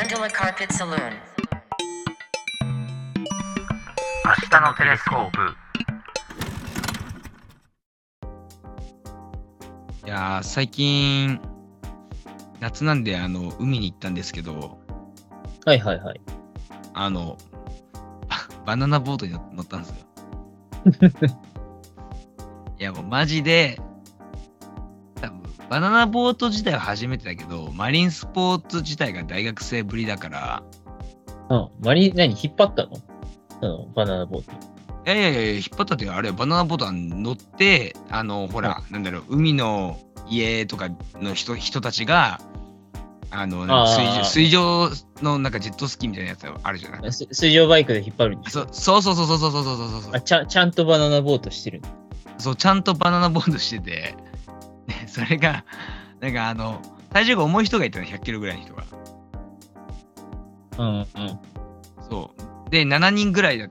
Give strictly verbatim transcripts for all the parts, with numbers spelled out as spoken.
Mandala Carpet Saloon。 明日のテレスコープ。 いやー最近夏なんであの海に行ったんですけど、 はいはいはい。 あのバナナボートに乗ったんですよ。いやもうマジで多分バナナボート自体は初めてだけど、マリンスポーツ自体が大学生ぶりだから。 うん。マリ、何引っ張ったのうん、バナナボート。 いやいやいや引っ張ったっていうか、あれはバナナボートは乗ってあのほら、なんだろう、海の家とかの人人たちがあの水上水上のなんかジェットスキーみたいなやつあるじゃない。 水上バイクで引っ張るんでしょ。 そうそうそうそうそうそうそうそうそう。 あ、ちゃちゃんとバナナボートしてる。 そうちゃんとバナナボートしてて、ね、それがなんかあの体重が重い人がいたの、ひゃっキロぐらいの人が。 うんうん。 そうでしちにんぐらいだって、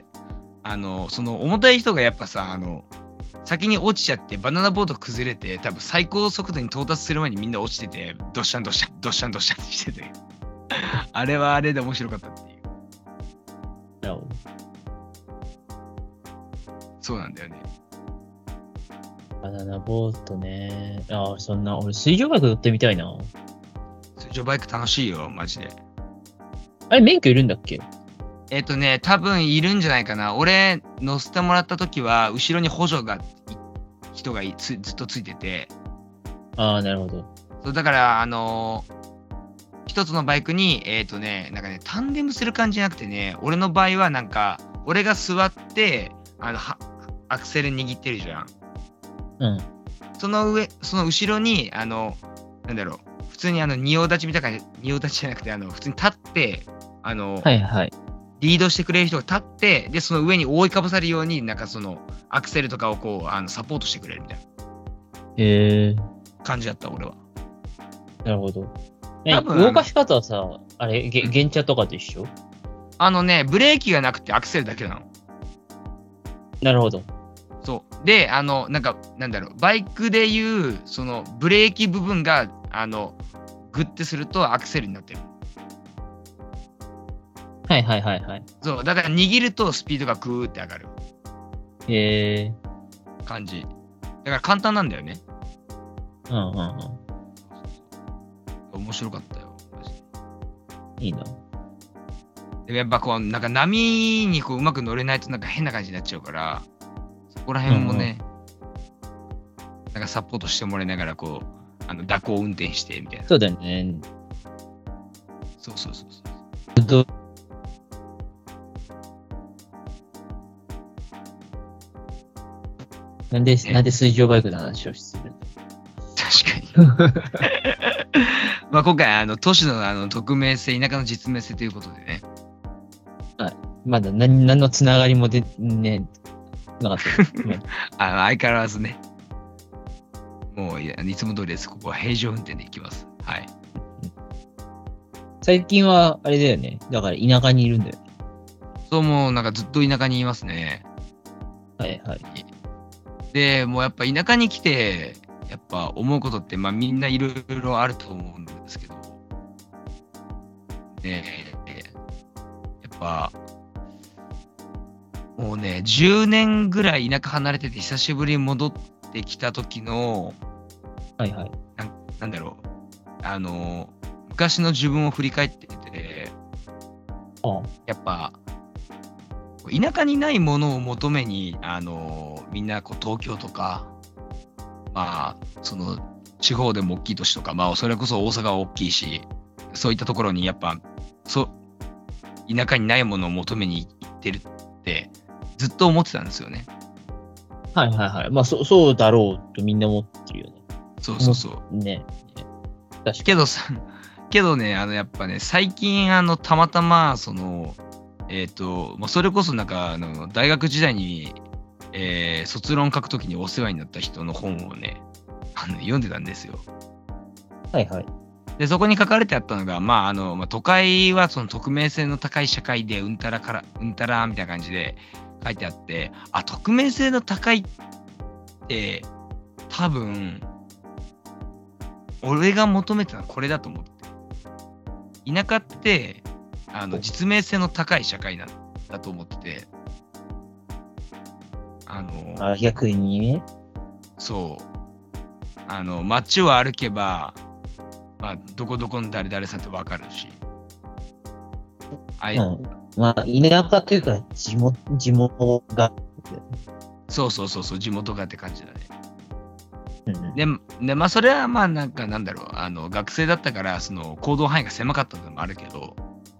あのその重たい人がやっぱさ、あの先に落ちちゃってバナナボート崩れて、多分最高速度に到達する前にみんな落ちてて、ドッシャンドッシャンドッシャンドッシャンってしててあれはあれで面白かったっていう。 なるほど。 そうなんだよね。 バナナボートね。ああ、そんな、俺水上バイク乗ってみたいな。 水上バイク楽しいよ、マジで。 あれ、免許いるんだっけ？ えっとね、多分いるんじゃないかな。俺、乗せてもらった時は、後ろに補助が、人がつずっとついてて。 ああ、なるほど。 そうだから、あのー、一つのバイクに、えっとね、なんかね、タンデムする感じじゃなくてね、俺の場合はなんか、俺が座って、あの、はアクセル握ってるじゃん。 うん。 その上、その後ろに、あの、なんだろう、普通にあの、仁王立ちみたいな感じ、仁王立ちじゃなくて、あの、普通に立って、あの、 はいはい。 リードしてくれる人が立って、で、その上に覆いかぶさるように、なんかその、アクセルとかをこう、あのサポートしてくれるみたいな。 へえ。 感じだった、俺は。 なるほど。 多分動かし方はさ、あれ、げ原チャとかと一緒？ あのね、ブレーキがなくてアクセルだけなの。 なるほど。 そう。で、あの、なんか、なんだろう、バイクでいう、その、ブレーキ部分が、あの、グッてするとアクセルになってる。 はいはいはいはい。 そう、だから握るとスピードがグーって上がる。 へえ。 感じ。だから簡単なんだよね。 うんうんうん。 面白かったよ。マジで。 いいな。 でもやっぱこう、なんか波にこううまく乗れないとなんか変な感じになっちゃうから、そこら辺もね、うんうん、なんかサポートしてもらいながらこう、あの蛇行運転してみたいな。 そうだよね。 そうそうそうそう。 どなんで、なんで水上バイクの話をする？ 確かに。まあ今回、あの、都市のあの匿名性、田舎の実名性ということでね。 はい。まだ何、何のつながりもで、ね、なかった。 あの相変わらずね。もういや、いつも通りです。ここは平常運転で行きます。はい。 最近は、あれだよね。だから田舎にいるんだよ。 そう、もうなんかずっと田舎にいますね。 はいはい。 で、もうやっぱ田舎に来て、やっぱ思うことって、まあみんないろいろあると思うんですけど、ねえ、やっぱ、もうね、じゅうねんぐらい田舎離れてて久しぶりに戻ってきた時の、 はいはい。 な, なんだろう、あの、昔の自分を振り返ってて、 ああやっぱ、田舎にないものを求めに、あのみんなこう東京とか、まあ、その地方でも大きい都市とか、まあ、それこそ大阪は大きいし、そういったところにやっぱ、そ田舎にないものを求めに行ってるってずっと思ってたんですよね。 はいはいはい。まあ、そそうだろうとみんな思ってるよね。 そうそうそう。 ね。確かに。 けどさ、けどね、あのやっぱね、最近あのたまたまそのえっ、ー、と、まあ、それこそなんかあの大学時代に、えー、卒論書くときにお世話になった人の本をね、あの読んでたんですよ。 はいはい。 で、そこに書かれてあったのが、まああのまあ、都会はその匿名性の高い社会でうんたらからうんたらみたいな感じで書いてあって、あ、匿名性の高いって多分俺が求めてたのはこれだと思って。 田舎ってあの実名性の高い社会なんだと思ってて、あのあ、逆にね。 そうあの街を歩けば、まあ、どこどこの誰々さんってわかるし、あい、 うん。まあ、田舎というか、地元、地元が。 そうそうそうそう、地元がって感じだね。 うん。 で、でまあ、それはまあ、なんか、なんだろう、あの、学生だったから、その、行動範囲が狭かったのもあるけど、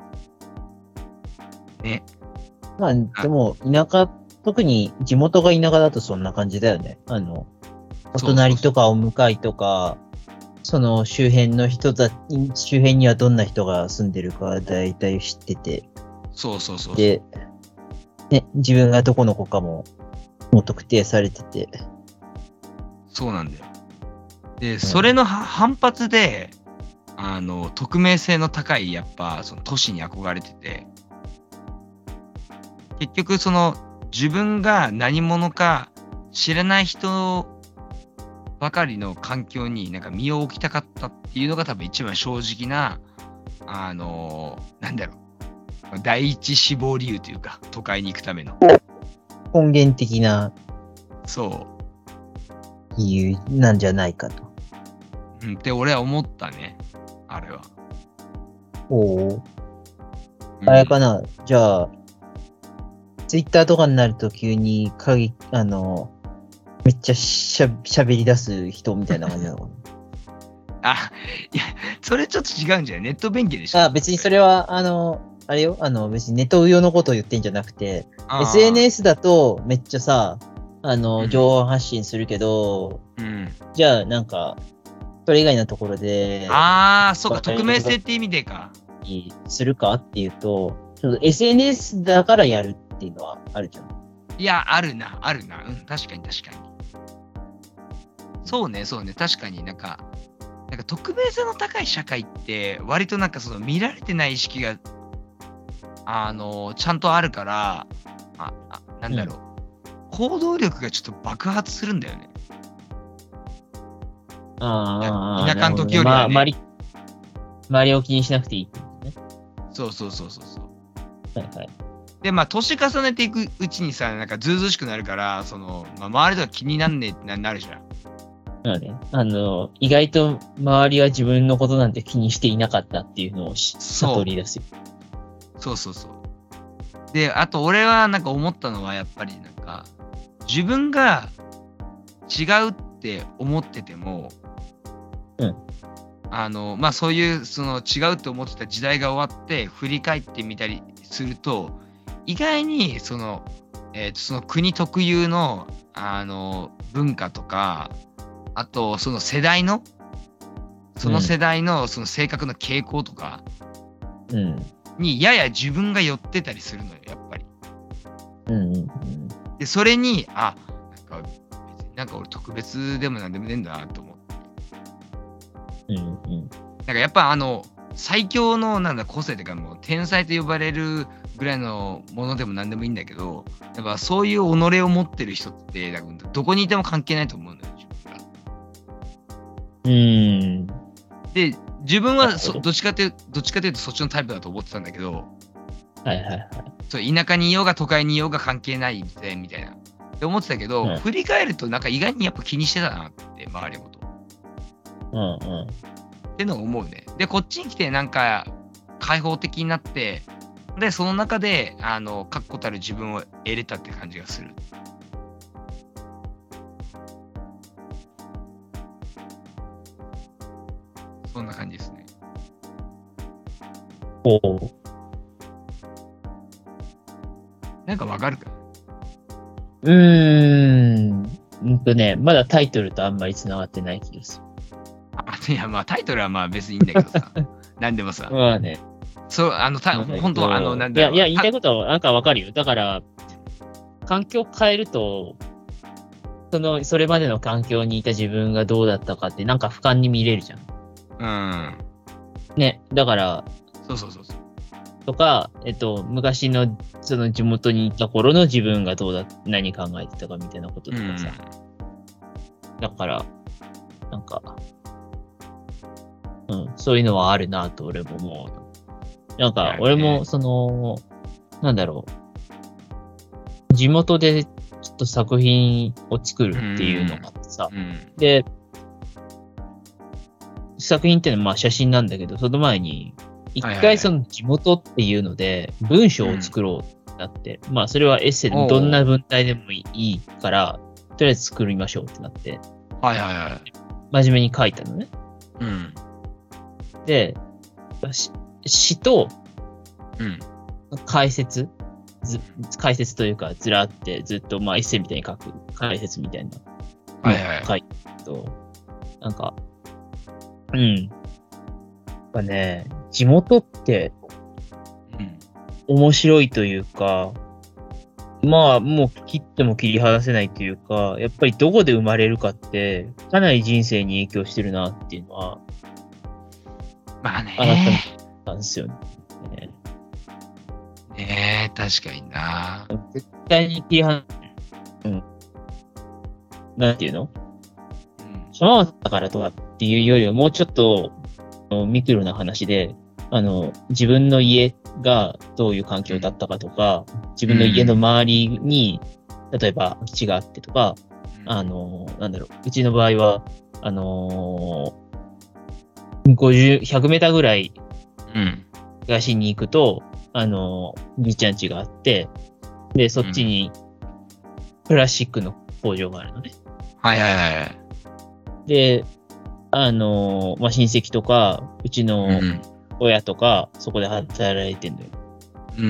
ね。 まあ、でも、田舎、特に地元が田舎だとそんな感じだよね。あの、お隣とかお向かいとか、その周辺の人た周辺にはどんな人が住んでるかだいたい知ってて、 そうそうそうそう。 で、ね、自分がどこの子かも、もう特定されてて。 そうなんだよ。で、それのは反発で、あの、匿名性の高い、やっぱ、その都市に憧れてて、結局、その、自分が何者か知らない人ばかりの環境になんか身を置きたかったっていうのが多分一番正直な、あの、なんだろう、第一志望理由というか、都会に行くための。 根源的なそう。 理由なんじゃないかと。 うん、って俺は思ったね、あれは。 おお。 うんあれかな、じゃあ、ツイッターとかになると急にかぎ、あの、めっちゃしゃ喋り出す人みたいな感じなのかあ、いや、それちょっと違うんじゃないネット弁慶でしょ。 な。あ、別にそれは、あの、あれよ、あの、別にネット上のことを言ってんじゃなくて、 あーエスエヌエス だとめっちゃさ、あうの、 ん情報発信するけど、 うん。 じゃあなんか、それ以外のところで、 ああ、そうか、 わかり匿名性って意味でか。 するかっていうと、ちょっと エスエヌエス だからやるっていうのはあるじゃん。 いや、あるな、あるな。うん、確かに確かに。そうね、そうね、確かになんか、なんか匿名性の高い社会って、割となんかその見られてない意識が、あの、ちゃんとあるから、あ、あなんだろう、行動力がちょっと爆発するんだよね。 ああ、 田舎の時よりはねまあ、周り、周りを気にしなくていいってことね。 そうそうそうそうそう。 はいはい。 で、まあ、年重ねていくうちにさ、なんかずうずうしくなるから、その、まあ、周りとか気になんねえってななるじゃん。 まあね、あの、意外と周りは自分のことなんて気にしていなかったっていうのをしそう悟り出すよ。 そうそうそう。で、あと俺はなんか思ったのは、やっぱりなんか、自分が違うって思ってても、 うん。 あの、まあそういう、その違うって思ってた時代が終わって、振り返ってみたりすると、意外にその、えーとその国特有の、あの、文化とか、あとその世代の、その世代のその性格の傾向とかうん。 にやや自分が寄ってたりするのよ、やっぱり。 うんうんうん。 で、それに、あ、なんか別になんか俺特別でもなんでもねえんだなと思って。 うんうん。 なんかやっぱあの、最強のなんだ個性というかもう天才と呼ばれるぐらいのものでもなんでもいいんだけど、やっぱそういう己を持ってる人ってなんかどこにいても関係ないと思うんだよ、自分が。 うん。 で、自分はそなるほどどっちかというどっちかというとそっちのタイプだと思ってたんだけど、 はいはいはい。 そう田舎にいようが都会にいようが関係ないぜみたいなって思ってたけど、 うん振り返るとなんか意外にやっぱ気にしてたなって周りのこと。 うんうん。 ってのを思うね。で、こっちに来てなんか開放的になって、で、その中で、あの、確固たる自分を得れたって感じがする。そんな感じですね。 おお。 なんかわかるかうーん。うんとね、まだタイトルとあんまり繋がってない気がする。 あいや、まあタイトルはまあ別にいいんだけどさ。なんでもさ。 まあね。 そう、あの、た本当はあの、なんいや、 だろう。 いや、言いたいたことはなんかわかるよ。だから、環境を変えると、その、それまでの環境にいた自分がどうだったかって、なんか俯瞰に見れるじゃん。 うん。 ね。だから、 そうそうそうそう。 とか、えっと、昔の、その地元にいた頃の自分がどうだ、何考えてたかみたいなこととうんかさ。だから、なんか、うん、そういうのはあるなと俺も思う。 なんか、俺も、その、なんだろう。地元でちょっと作品を作るっていうのがあってさ。 うん。 で、作品っていうのはまあ写真なんだけど、その前に、一回その地元っていうので、文章を作ろうってなって、うん、まあそれはエッセイでどんな文体でもいいから、とりあえず作りましょうってなって。 はいはいはい。 真面目に書いたのね。 うん。 で、詩と、 うん。 解説、ず解説というか、ずらってずっとまあエッセイみたいに書く解説みたいな。 はいはい。 書いてと、なんか、うん。やっぱね、地元って、面白いというか、まあ、もう切っても切り離せないというか、やっぱりどこで生まれるかって、かなり人生に影響してるなっていうのは、 まあね。 あなたなんですよね。 ねえ、確かにな。 絶対に切り離せない。うん。なんていうの浜松だからとかっていうよりは、もうちょっとミクロな話で、あの、自分の家がどういう環境だったかとか、自分の家の周りに、例えば基地があってとか、あの、なんだろう、うちの場合は、あのー、ごじゅう、ひゃくメーターぐらい東に行くと、あの、じいちゃん家があって、で、そっちにプラスチックの工場があるのね。 はいはいはい。 で、あのー、まあ、親戚とか、うちの親とか、そこで働いてんだよ。 うん。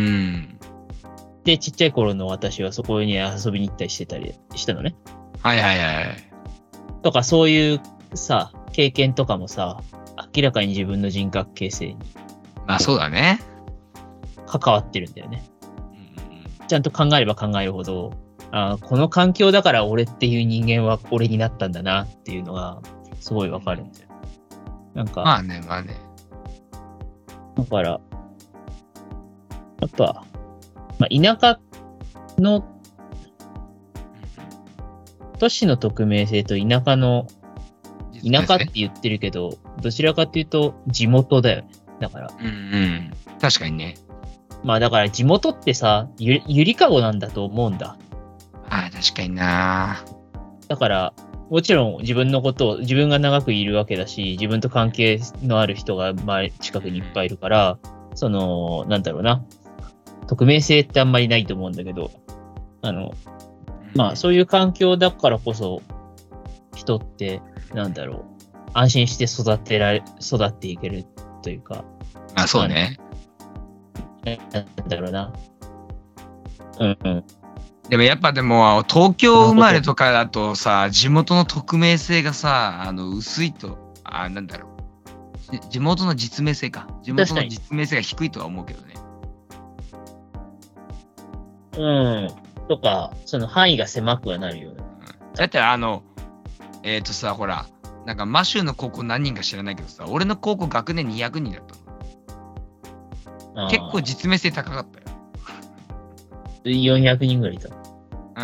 で、ちっちゃい頃の私はそこに遊びに行ったりしてたりしたのね。 はいはいはい。 とか、そういうさ、経験とかもさ、明らかに自分の人格形成に。 まあそうだね。 関わってるんだよね。うん、ちゃんと考えれば考えるほど、あ、この環境だから俺っていう人間は俺になったんだなっていうのがすごいわかるんだよ。なんか。 まあね、まあね。 だから、やっぱ、まあ、田舎の、都市の匿名性と田舎の、田舎って言ってるけど、どちらかというと地元だよね。だから。 うんうん。確かにね。 まあだから地元ってさ、ゆ, ゆりかごなんだと思うんだ。 ああ、確かにな。 だから、もちろん自分のことを、自分が長くいるわけだし、自分と関係のある人が前近くにいっぱいいるから、その、なんだろうな。匿名性ってあんまりないと思うんだけど、あの、まあそういう環境だからこそ、人って、なんだろう、安心して育てられ、育っていけるというか。 あ、そうね。 なんだろうな。うんうん。 でもやっぱでも東京生まれとかだとさ、地元の匿名性がさ、あの薄いと、あ、なんだろう。地元の実名性か。地元の実名性が低いとは思うけどね。 うん。とか、その範囲が狭くはなるよね。 うん、だってあの、えっ、ー、とさ、ほら、なんかマシューの高校何人か知らないけどさ、俺の高校学年にひゃくにんだったの。結構実名性高かったよ。 よんひゃくにんぐらいいた。 うん。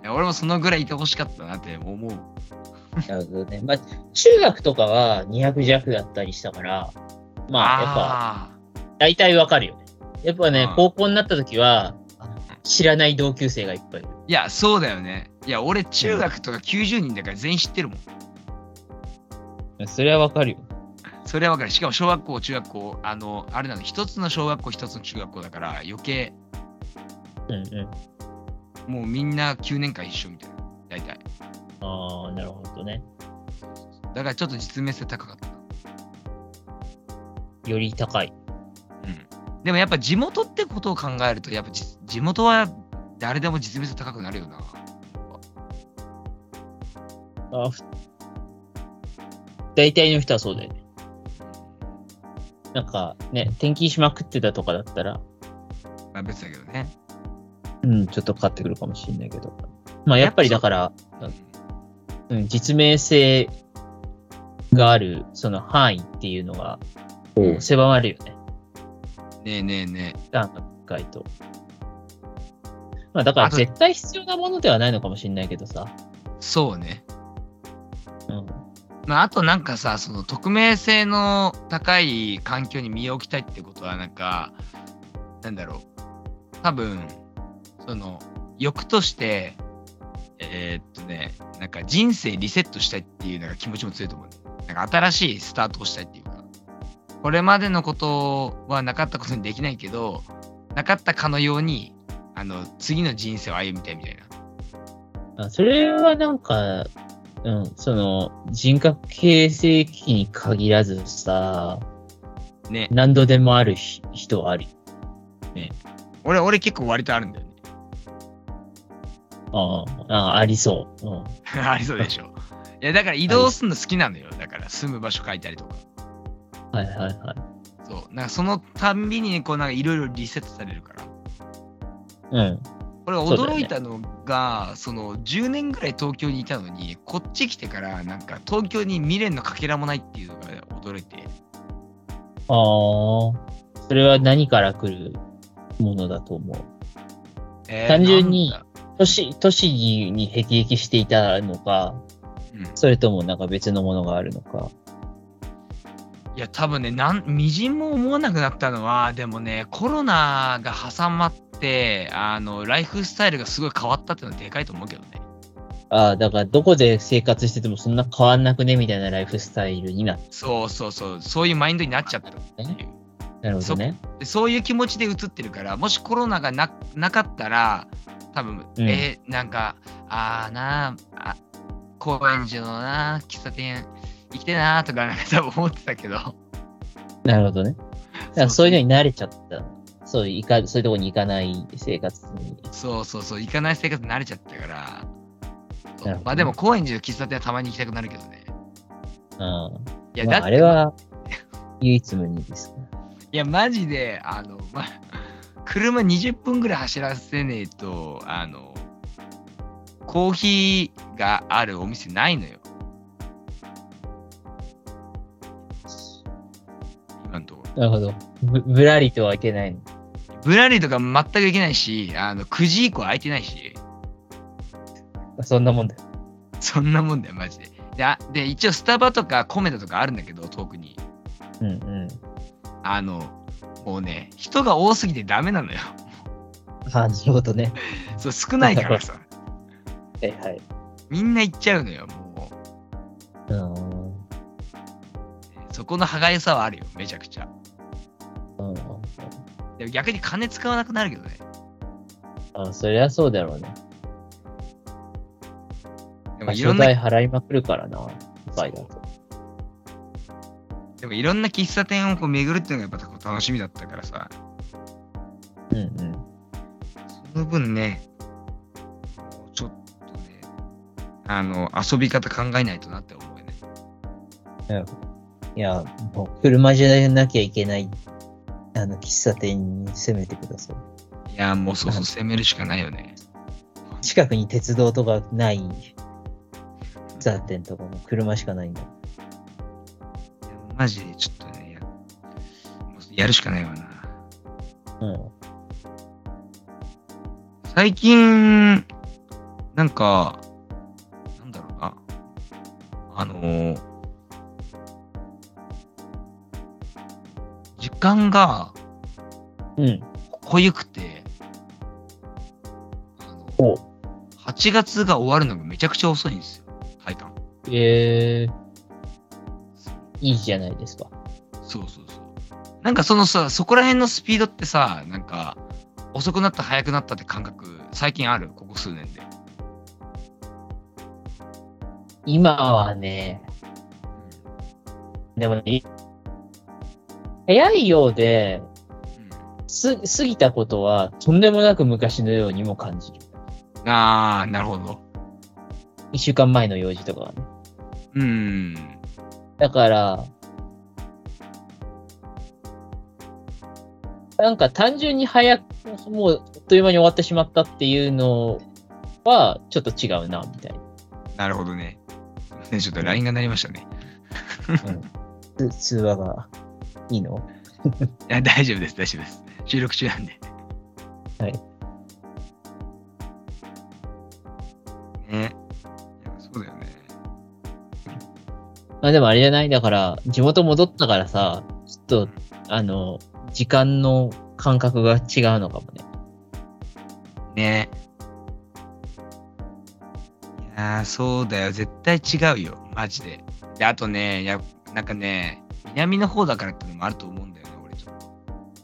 俺もそのぐらいいてほしかったなって思う。 なるほどね。まあ、中学とかはにひゃく弱だったりしたから、まあ、やっぱ、大体わかるよね。やっぱね、高校になった時は、知らない同級生がいっぱいいる。 いや、そうだよね。いや、俺、中学とかきゅうじゅうにんだから全員知ってるもん。それはわかるよ。 それはわかる。しかも小学校、中学校、あの、あれなの、一つの小学校、一つの中学校だから余計、 うんうん。 もうみんなきゅうねんかん一緒みたいな、大体。 ああ、なるほどね。 だからちょっと実名性高かった。 より高い。 うん。でもやっぱ地元ってことを考えると、やっぱ地元は誰でも実名性高くなるよな。 あ、大体の人はそうだよね。なんかね、転勤しまくってたとかだったら。 まあ別だけどね。 うん、ちょっとかかってくるかもしれないけど。まあやっぱりだから、うん、実名性があるその範囲っていうのが狭まるよね。 ねえねえねえ。 段が深いと。まあだから絶対必要なものではないのかもしれないけどさ。 そうね。 うん。 まあ、あとなんかさ、その匿名性の高い環境に身を置きたいってことは、なんか、なんだろう。多分、その、欲として、えー、っとね、なんか人生リセットしたいっていうなんか気持ちも強いと思う、ね。なんか新しいスタートをしたいっていうか、これまでのことはなかったことにできないけど、なかったかのように、あの、次の人生を歩みたいみたいな。 あそれはなんか、うん、その、人格形成期に限らずさ、 ね。 何度でもあるひ人はある。 ね。俺、俺結構割とあるんだよね。 ああ、ああ、ありそう。うん、 ありそうでしょ。いや、だから移動するの好きなのよ。だから住む場所書いたりとか。 はいはいはい。 そう。なんかそのたんびにこうなんかいろいろリセットされるから。 うん。 俺そうだよね驚いたのが、そのじゅうねんぐらい東京にいたのに、こっち来てからなんか東京に未練のかけらもないっていうのが驚いて。 ああ、それは何から来るものだと思う。 えー単純になんだ都市、都市に辟易していたのか、 うんそれともなんか別のものがあるのか。 いや、多分ね、なん、みじんも思わなくなったのは、でもね、コロナが挟まって、あの、ライフスタイルがすごい変わったっていうのはでかいと思うけどね。 ああ、だからどこで生活しててもそんな変わんなくねみたいなライフスタイルになっそうそうそう、そういうマインドになっちゃったっていう。 なるほどね。 でそういう気持ちで映ってるから、もしコロナがななかったら、多分、 うんえーなんか、あーなーあ、高円寺のな、喫茶店行きてえなーとか、なんか多分思ってたけど。 なるほどね。だからそういうのに慣れちゃった。そういう、いか、そういうとこに行かない生活に。 そうそうそう、行かない生活に慣れちゃったから。 なるほどねまあでも、高円寺の喫茶店はたまに行きたくなるけどね。 うん。 いや、 まあ、 だって、 あれは唯一無二ですかいや、マジで、あの、ま、車にじゅっぷんぐらい走らせねえと、あの、コーヒーがあるお店ないのよ。今んところ。 なるほど。ぶ、ぶらりとはいけないの。 ぶらりとか全く行けないし、あの、くじ以降空いてないし、 そんなもんだよ。 そんなもんだよ、マジで。で、あで一応スタバとかコメダとかあるんだけど、遠くに。 うんうん。 あの、もうね、人が多すぎてダメなのよ。 ああ、なるほどね。 そう、少ないからさ。 はいはい。 みんな行っちゃうのよ、もう。 うん。 そこの歯がゆさはあるよ、めちゃくちゃ。 うん。 でも逆に金使わなくなるけどね。 あ、そりゃそうだろうね。場所でもいろんな、 代払いまくるからな、場合だと。 でもいろんな喫茶店をこう巡るっていうのがやっぱ楽しみだったからさ。 うんうん。 その分ね、ちょっとね、あの、遊び方考えないとなって思うよね。 なるほど。いや、もう車じゃなきゃいけない、あの、喫茶店に攻めてください。 いや、もうそうそう、攻めるしかないよね。 近くに鉄道とかない喫茶店とかも車しかないんだ。 マジでちょっとね、やもうやるしかないわな。 うん。 最近、なんか、なんだろうな。あのー、時間がうん。 濃ゆくて、あのおはちがつが終わるのがめちゃくちゃ遅いんですよ、体感。 えー、いいじゃないですか。 そうそうそう。なんかそのさ、そこら辺のスピードってさ、なんか、遅くなった早くなったって感覚、最近あるここ数年で。 今はね、でもね、早いようで、す、過ぎたことはとんでもなく昔のようにも感じる。 うん、あー、なるほど。 一週間前の用事とかはね。 うーん。 だから、なんか単純に早く、もうあっという間に終わってしまったっていうのは、ちょっと違うな、みたいなるほどね。ねちょっと ライン が鳴りましたね。 な。うん、つ通話がいいのいや、大丈夫です、大丈夫です。収録中なんで。 はい。 ね。いやそうだよね。 あ、でもあれじゃないだから、地元戻ったからさ、ちょっと、あの、時間の感覚が違うのかもね。 ね。いやー、そうだよ。絶対違うよ。マジで。で、あとね、や、なんかね、南の方だからってのもあると思うんだよね、俺ちょっと。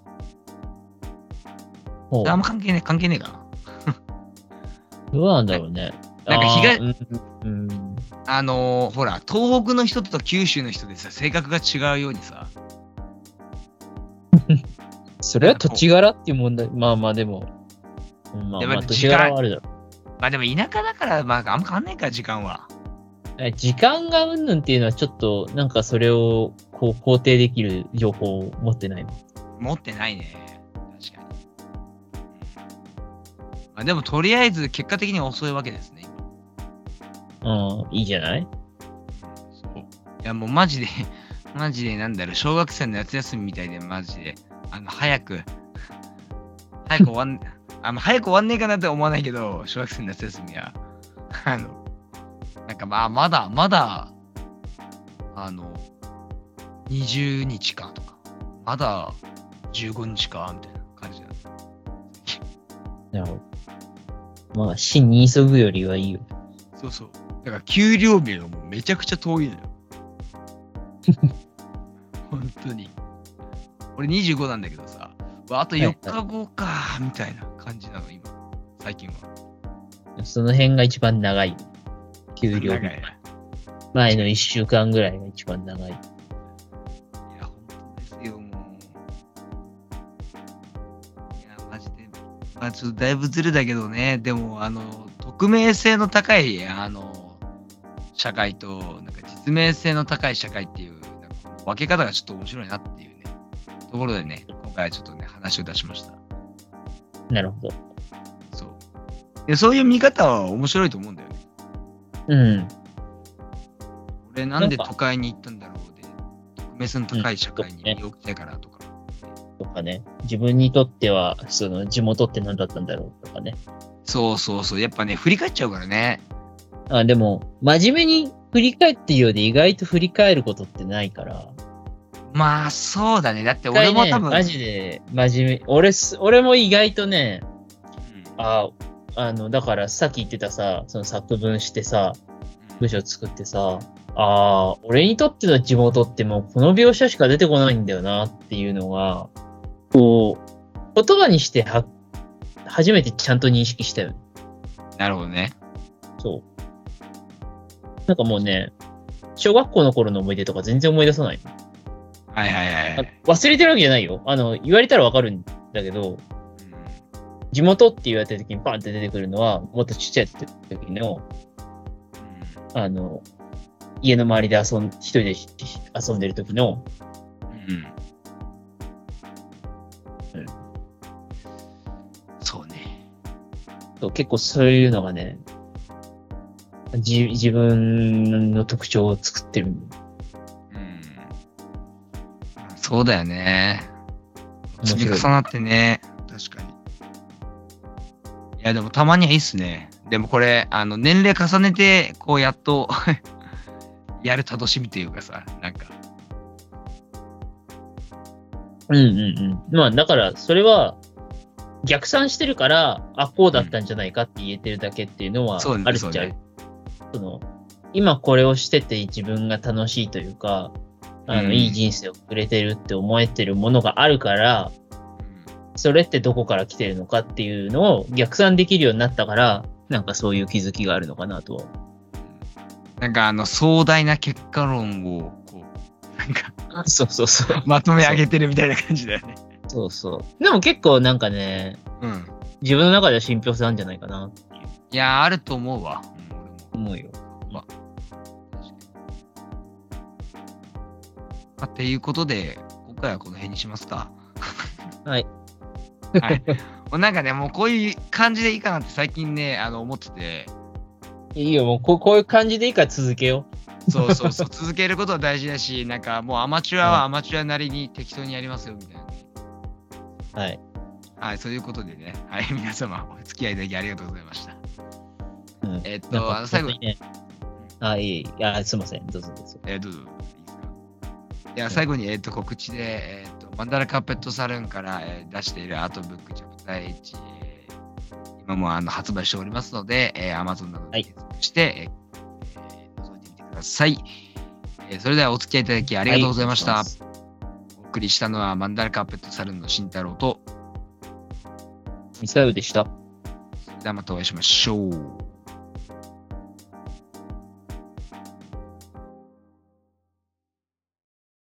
ほう。 あんま関係ねえ、関係ねえかな。 どうなんだろうね。 なんか東あーうん、うん。 あのーほら、東北の人と九州の人でさ、性格が違うようにさ、 それは土地柄っていう問題。まあまあでも、うんまあやっぱりまあ土地柄はあるだろまあでも田舎だから、まああんま変わんないから、時間は。 う。え時間がうんぬんっていうのはちょっと、なんかそれをこう肯定できる情報を持ってないもん。 持ってないね。確かに。まあでもとりあえず結果的には遅いわけですね、今。 うん、いいじゃないそう。いやもうマジで、マジでなんだろう、小学生の夏休みみたいで、マジで、あの、早く、早く終わん、あの早く終わんねえかなって思わないけど、小学生の夏休みは、あの、なんかまあ、まだ、まだ、あの、にじゅうにちかとか、まだじゅうごにちかみたいな感じだ。 なるほど。まあ、死に急ぐよりはいいよ。 そうそう。だから給料日がもうめちゃくちゃ遠いのよ。本当に。俺にじゅうごなんだけどさ、わあとよっかごか、みたいな感じなの、今。最近は。 その辺が一番長い。給料日長い。 前のいっしゅうかんぐらいが一番長い。 いや、本当ですよ、もう。いや、マジで。まあ、ちょっとだいぶずるだけどね、でも、あの、匿名性の高い、あの、社会と、なんか実名性の高い社会っていう、なんか分け方がちょっと面白いなっていうね、ところでね、今回はちょっとね、話を出しました。 なるほど。 そう。でそういう見方は面白いと思うんだよね。 うん。 俺なんで都会に行ったんだろうで、匿名性の高い社会に身を置きたいからとか。 とかね。自分にとっては、その地元って何だったんだろうとかね。 そうそうそう。やっぱね、振り返っちゃうからね。 あ、でも、真面目に振り返ってるようで意外と振り返ることってないから。 まあ、そうだね。だって俺も多分。 ね、マジで真面目。俺す、俺も意外とね、 うん、 あ、あの、だからさっき言ってたさ、その作文してさ、文章作ってさ、ああ、俺にとっての地元ってもうこの描写しか出てこないんだよなっていうのが、こう、言葉にしては、初めてちゃんと認識したよね。 なるほどね。 そう。なんかもうね、小学校の頃の思い出とか全然思い出さない。 はいはいはい、はい。 忘れてるわけじゃないよ。あの、言われたらわかるんだけど、 うん、 地元って言われた時にパンって出てくるのは、もっとちっちゃい時の、うん、あの、家の周りで遊ん、一人で遊んでる時の、 うん。うん。そうね。 そう結構そういうのがね、じ自分の特徴を作ってる。うん。 そうだよね。積み重なってね。確かに。いや、でもたまにはいいっすね。でもこれ、あの、年齢重ねて、こう、やっと、やる楽しみというかさ、なんか。 うんうんうん。まあ、だから、それは、逆算してるから、あ、こうだったんじゃないかって言えてるだけっていうのは、あるっちゃう。その、今これをしてて自分が楽しいというか、あの、うん、いい人生をくれてるって思えてるものがあるから、それってどこから来てるのかっていうのを逆算できるようになったから、なんかそういう気づきがあるのかなと。 なんかあの壮大な結果論をこうなんかそうそうそうまとめ上げてるみたいな感じだよね。 そうそう。でも結構なんかね、うん、自分の中では信憑性あるんじゃないかなっていう。 いやあると思うわ。 うん、思うよ。まあ、 まあ、っていうことで今回はこの辺にしますか。 はい。 はい。なんかねもうこういう感じでいいかなって最近ねあの思ってて。 いいよ、もうこう、こういう感じでいいから続けよう。そうそうそう、続けることは大事だし、なんかもうアマチュアはアマチュアなりに適当にやりますよみたいな、ね。 はい。 はい、そういうことでね、はい、皆様お付き合いいただきありがとうございました。 うん、 えっと、あの最後に。 あ、いえいえ、あ、すいません。どうぞどうぞ。 えー、どうぞ。いいですか。では、最後に、えー、と告知で、えーと、マンダラカーペットサルーンから、えー出しているアートブックチャプターエイチ、えー今もあの発売しておりますので、えー、Amazon などで検索して、えーえー覗いてみてください、えーそれではお付き合いいただきありがとうございました。 はい、 お送りしたのはマンダラカーペットサルーンの慎太郎と、 ミサイルでした。 それではまたお会いしましょう。